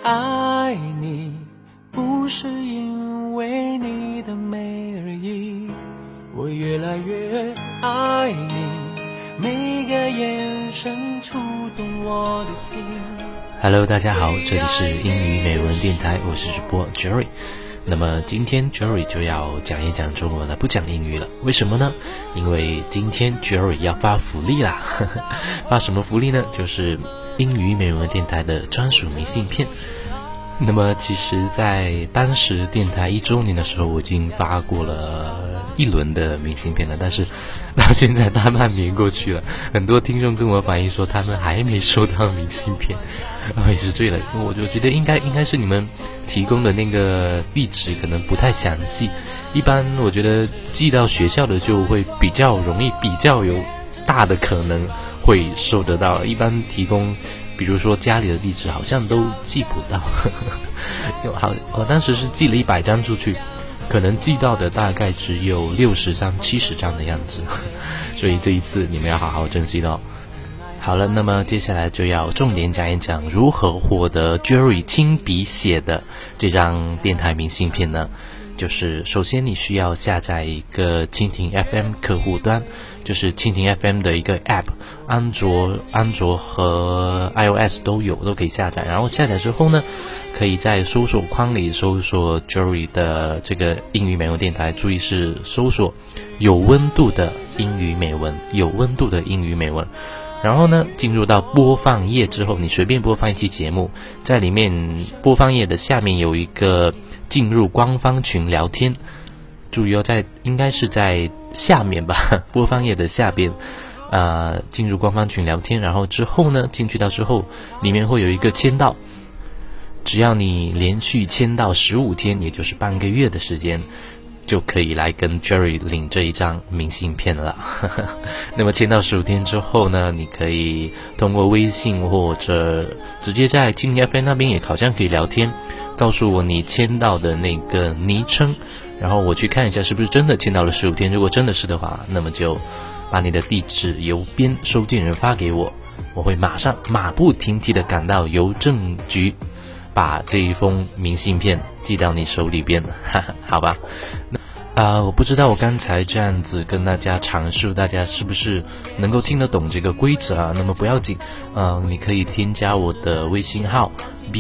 爱你，不是因为你的美而已，我越来越爱你，每个眼神触动我的心。 Hello， 大家好，这里是英语美文电台，我是主播 Jerry。那么今天 Jerry 就要讲一讲中文了，不讲英语了。为什么呢？因为今天 Jerry 要发福利啦。发什么福利呢？就是英语美文电台的专属明信片。那么其实在当时电台1周年的时候，我已经发过了一轮的明信片了，但是到现在大半年过去了，很多听众跟我反映说他们还没收到明信片。也是对了，我就觉得应该是你们提供的那个地址可能不太详细，一般我觉得寄到学校的就会比较容易，比较有大的可能会收得到，一般提供比如说家里的地址好像都寄不到。我当时是寄了100张出去，可能寄到的大概只有60张70张的样子，所以这一次你们要好好珍惜到。好了，那么接下来就要重点讲一讲如何获得 Jerry 亲笔写的这张电台明信片呢？就是首先你需要下载一个蜻蜓 FM 客户端，就是蜻蜓 FM 的一个 App， 安卓和 iOS 都可以下载。然后下载之后呢，可以在搜索框里搜索 Jerry 的这个英语美文电台，注意是搜索有温度的英语美文，有温度的英语美文。然后呢，进入到播放页之后，你随便播放一期节目，在里面播放页的下面有一个进入官方群聊天，注意应该是在下面吧，播放页的下边，进入官方群聊天。然后之后呢，进去到之后，里面会有一个签到，只要你连续签到15天，也就是半个月的时间，就可以来跟 Jerry 领这一张明信片了。那么签到15天之后呢，你可以通过微信或者直接在蜻蜓 FM 那边也好像可以聊天，告诉我你签到的那个昵称，然后我去看一下是不是真的签到了15天。如果真的是的话，那么就把你的地址邮编收件人发给我，我会马上马不停蹄的赶到邮政局，把这一封明信片寄到你手里边。好吧。我不知道我刚才这样子跟大家阐述，大家是不是能够听得懂这个规则啊？那么不要紧，你可以添加我的微信号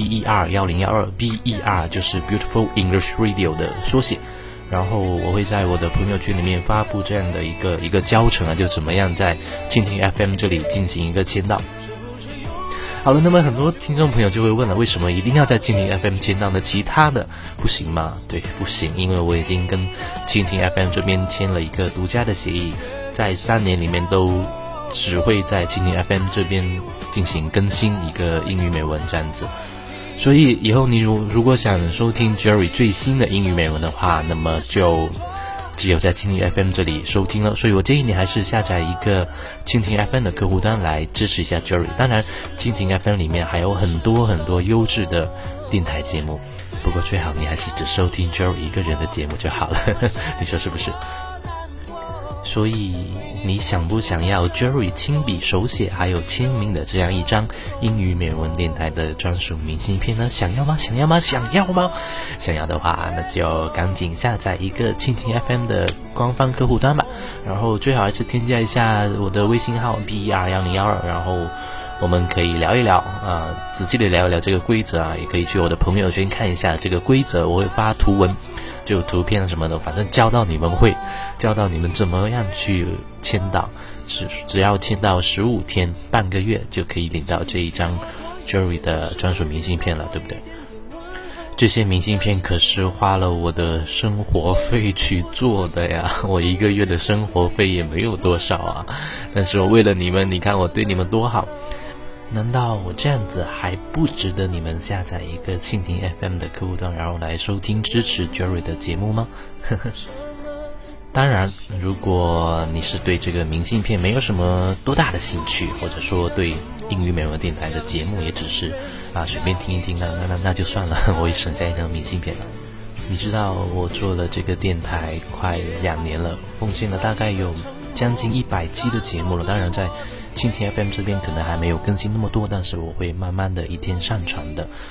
BER1012 BER 就是 Beautiful English Radio 的缩写，然后我会在我的朋友圈里面发布这样的一个教程啊，就怎么样在蜻蜓 FM 这里进行一个签到。好了，那么很多听众朋友就会问了，为什么一定要在蜻蜓 FM 签到呢？其他的不行吗？对，不行，因为我已经跟蜻蜓 FM 这边签了一个独家的协议，在3年里面都只会在蜻蜓 FM 这边进行更新一个英语美文这样子。所以以后你如果想收听 Jerry 最新的英语美文的话，那么就只有在蜻蜓 FM 这里收听了。所以我建议你还是下载一个蜻蜓 FM 的客户端来支持一下 Jerry。 当然蜻蜓 FM 里面还有很多优质的电台节目，不过最好你还是只收听 Jerry 一个人的节目就好了。你说是不是？所以你想不想要 Jerry 亲笔手写还有签名的这样一张英语美文电台的专属明信片呢？想要吗？想要吗？想要吗？想要的话，那就赶紧下载一个蜻蜓 FM 的官方客户端吧，然后最好还是添加一下我的微信号 BER1012， 然后我们可以聊一聊仔细的聊一聊这个规则啊，也可以去我的朋友圈看一下这个规则，我会发图文，就图片什么的，反正教到你们怎么样去签到，只要签到15天半个月就可以领到这一张 Jerry 的专属明信片了，对不对？这些明信片可是花了我的生活费去做的呀，我1个月的生活费也没有多少啊，但是我为了你们，你看我对你们多好，难道我这样子还不值得你们下载一个蜻蜓 FM 的客户端，然后来收听支持 Jerry 的节目吗？当然，如果你是对这个明信片没有什么多大的兴趣，或者说对英语美文电台的节目也只是随便听一听，那就算了，我也省下一张明信片了。你知道我做了这个电台快2年了，奉献了大概有将近100期的节目了，当然在蜻蜓 FM 这边可能还没有更新那么多，但是我会慢慢的一天上传的。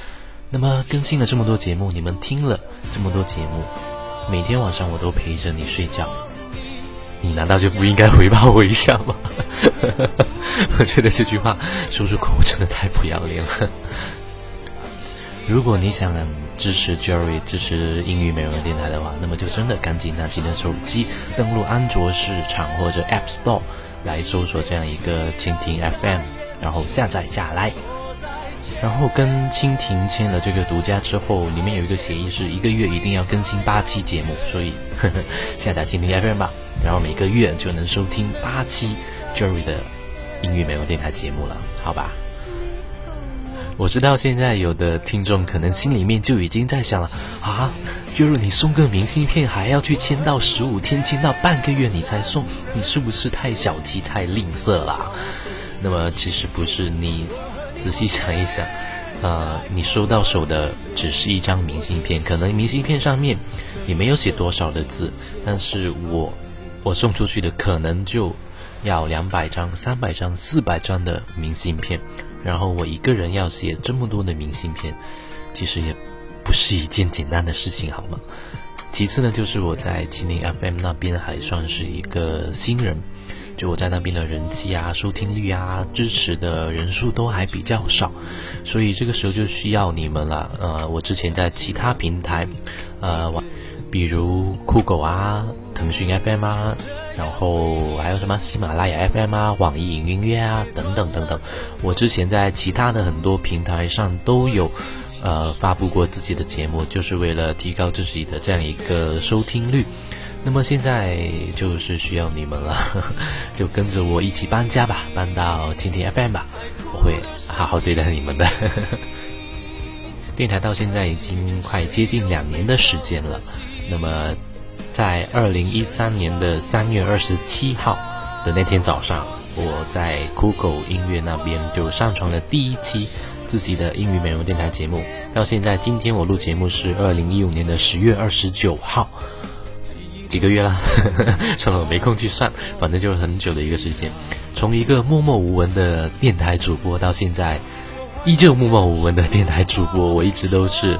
那么更新了这么多节目，你们听了这么多节目，每天晚上我都陪着你睡觉，你难道就不应该回报我一下吗？我觉得这句话说出口真的太不要脸了。如果你想支持 Jerry 支持英语美文电台的话，那么就真的赶紧拿起你的手机登录安卓市场或者 App Store 来搜索这样一个蜻蜓 FM， 然后下载下来，然后跟蜻蜓签了这个独家之后，里面有一个协议是1个月一定要更新8期节目，所以下载蜻蜓 FM 吧，然后每个月就能收听8期 Jerry 的英语美文电台节目了，好吧？我知道现在有的听众可能心里面就已经在想了啊，就是你送个明信片还要去签到15天，签到半个月你才送，你是不是太小气太吝啬啦？那么其实不是，你仔细想一想，你收到手的只是一张明信片，可能明信片上面也没有写多少的字，但是我送出去的可能就要200张、300张、400张的明信片，然后我一个人要写这么多的明信片，其实也不是一件简单的事情，好吗？其次呢，就是我在蜻蜓 FM 那边还算是一个新人，就我在那边的人气啊、收听率啊、支持的人数都还比较少，所以这个时候就需要你们了。我之前在其他平台，比如酷狗啊、腾讯 FM 啊，然后还有什么喜马拉雅 FM 啊、网易云音乐啊等等等等，我之前在其他的很多平台上都有发布过自己的节目，就是为了提高自己的这样一个收听率。那么现在就是需要你们了，就跟着我一起搬家吧，搬到蜻蜓 FM 吧，我会好好对待你们的。电台到现在已经快接近2年的时间了，那么在2013年的3月27号的那天早上，我在酷狗音乐那边就上传了第1期自己的英语美文电台节目，到现在今天我录节目是2015年的10月29号，几个月了算了，我没空去算，反正就是很久的一个时间。从一个默默无闻的电台主播到现在依旧默默无闻的电台主播，我一直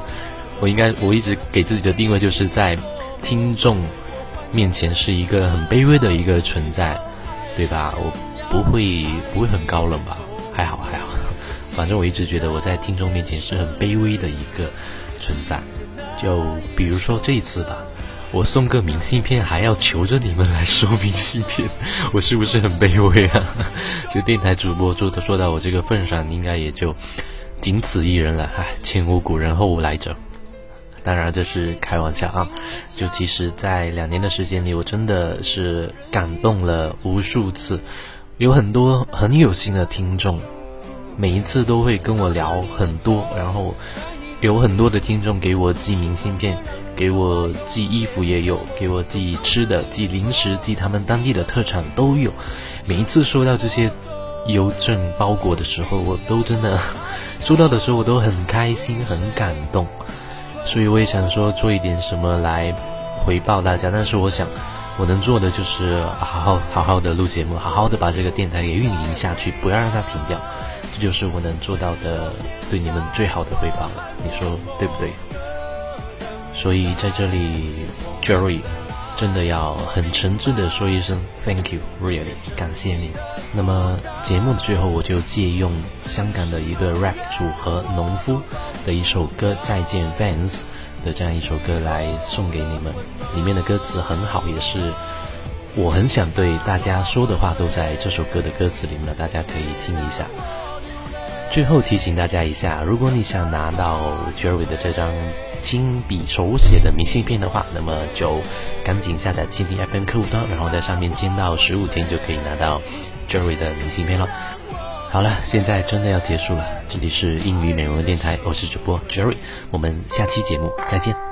给自己的定位就是在听众面前是一个很卑微的一个存在，对吧？我不会很高冷吧，还好，反正我一直觉得我在听众面前是很卑微的一个存在。就比如说这一次吧，我送个明信片还要求着你们来收明信片，我是不是很卑微啊？就电台主播做到我这个份上，应该也就仅此一人了。前无古人后无来者，当然这是开玩笑啊。就其实在2年的时间里，我真的是感动了无数次，有很多很有心的听众，每一次都会跟我聊很多，然后有很多的听众给我寄明信片，给我寄衣服也有，给我寄吃的、寄零食、寄他们当地的特产都有。每一次收到这些邮政包裹的时候，我都真的收到的时候我都很开心很感动，所以我也想说做一点什么来回报大家，但是我想我能做的就是好好的录节目，好好的把这个电台给运营下去，不要让它停掉，这就是我能做到的对你们最好的回报了，你说对不对？所以在这里 Jerry 真的要很诚挚的说一声 Thank you really 感谢你。那么节目的最后，我就借用香港的一个 rap 组合农夫的一首歌再见 Fans 的这样一首歌来送给你们，里面的歌词很好，也是我很想对大家说的话都在这首歌的歌词里面，大家可以听一下。最后提醒大家一下，如果你想拿到 Jerry 的这张亲笔手写的明信片的话，那么就赶紧下载蜻蜓 FM 客户端，然后在上面签到15天就可以拿到 Jerry 的明信片了。好了，现在真的要结束了，这里是英语美文电台，我是主播 Jerry， 我们下期节目再见。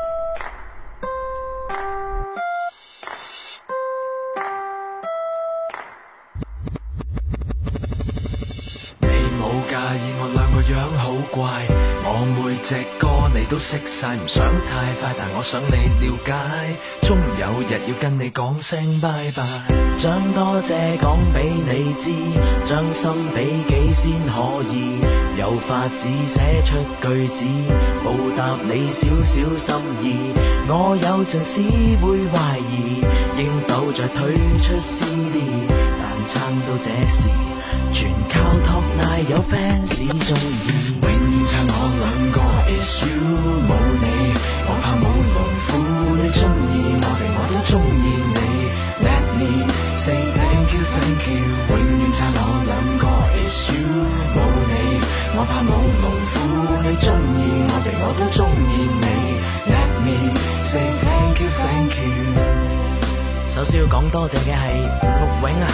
每隻歌你都識晒，唔想太快，但我想你了解，終有日要跟你講聲拜拜。將多謝講俾你知，將心比己先可以，有有法子寫出句子，報答你少少心意。我有陣時會懷疑，應否再推出 CD， 但撐到這時，全靠托賴有 fans 鍾意。永遠撐我兩個 is you， 冇你，我怕冇龍虎。你鍾意我哋，我都鍾意你。Let me say thank you thank you， 永遠撐我兩個 is you， 冇你，我怕冇龍虎。你鍾意我哋，我都鍾意你。Let me say thank you thank you。首先要講多謝嘅係陸永啊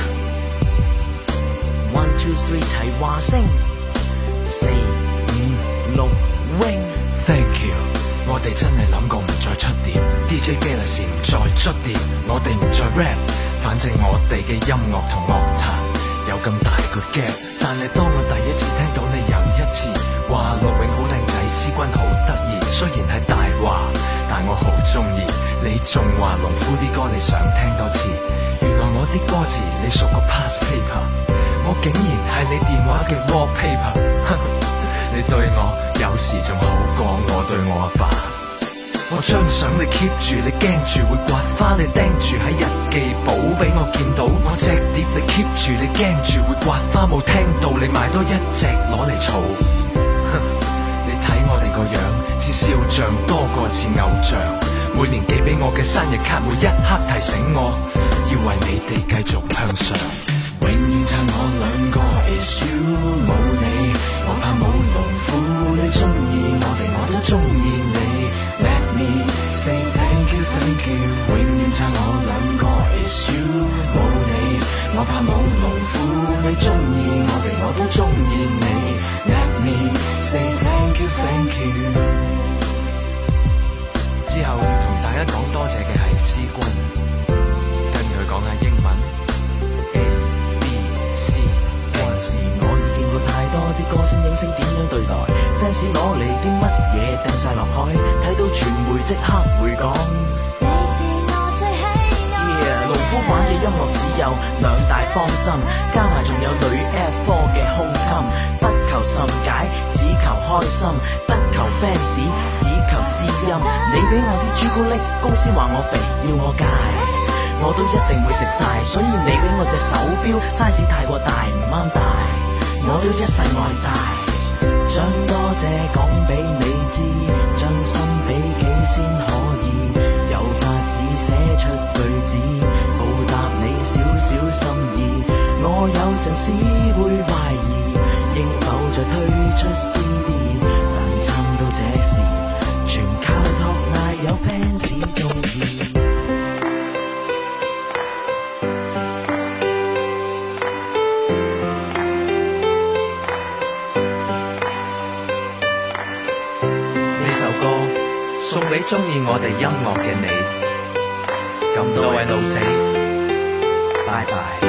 ，1 2 3齊話聲，4 5 6 wing。Thank you， 我哋真係諗過唔再出碟 ，DJ Galaxy 唔再出碟，我哋唔再 rap， 反正我哋嘅音樂同樂壇有咁大個 gap。但係當我第一次聽到你又一次話陸永好靚仔，思君好得意，雖然係大話，但我好中意。你仲話農夫啲歌你想聽多次，原來我啲歌詞你熟過 past paper， 我竟然係你電話嘅 wallpaper。你對我有時仲好過我對我阿爸。我張相你 keep 住，你驚住會刮花，你釘住喺日記簿俾我見到。我隻碟你 keep 住，你驚住會刮花，冇聽到你買多一隻攞嚟儲。你睇我哋個樣似笑匠多過似偶像，每年寄俾我嘅生日卡，每一刻提醒我要為你哋繼續向上。永遠撐我兩個 is you， 冇你，我怕冇龍虎。你鍾意我哋，我都鍾意你。Let me say thank you thank you， 永遠撐我兩個 is you， 冇你，我怕冇龍虎。你鍾意我哋，我都鍾意你。Let me say thank you thank you。 之後要同大家講多謝嘅係思君，跟佢講下英文。我已見過太多啲歌星影星點樣對待 fans， 攞嚟啲乜嘢掟晒落海，睇到傳媒即刻會講你是我最喜愛。農夫玩嘅音樂只有兩大方針，加埋仲有女 F4 嘅胸襟，不求甚解，只求開心，不求 fans， 只求知音。你俾我啲朱古力，公司話我肥要我戒，我都一定會食晒，所以你俾我隻手錶 size 太過大唔啱戴，我都一世愛戴。將多謝講俾你知，將心比己先可以有法子寫出句子，報答你少少心意。我有陣時會懷疑，應否再推出 CD， 但撐到這時，全靠托賴有 fans 鍾意。送俾鍾意我哋音樂嘅你，咁多位老死，拜拜。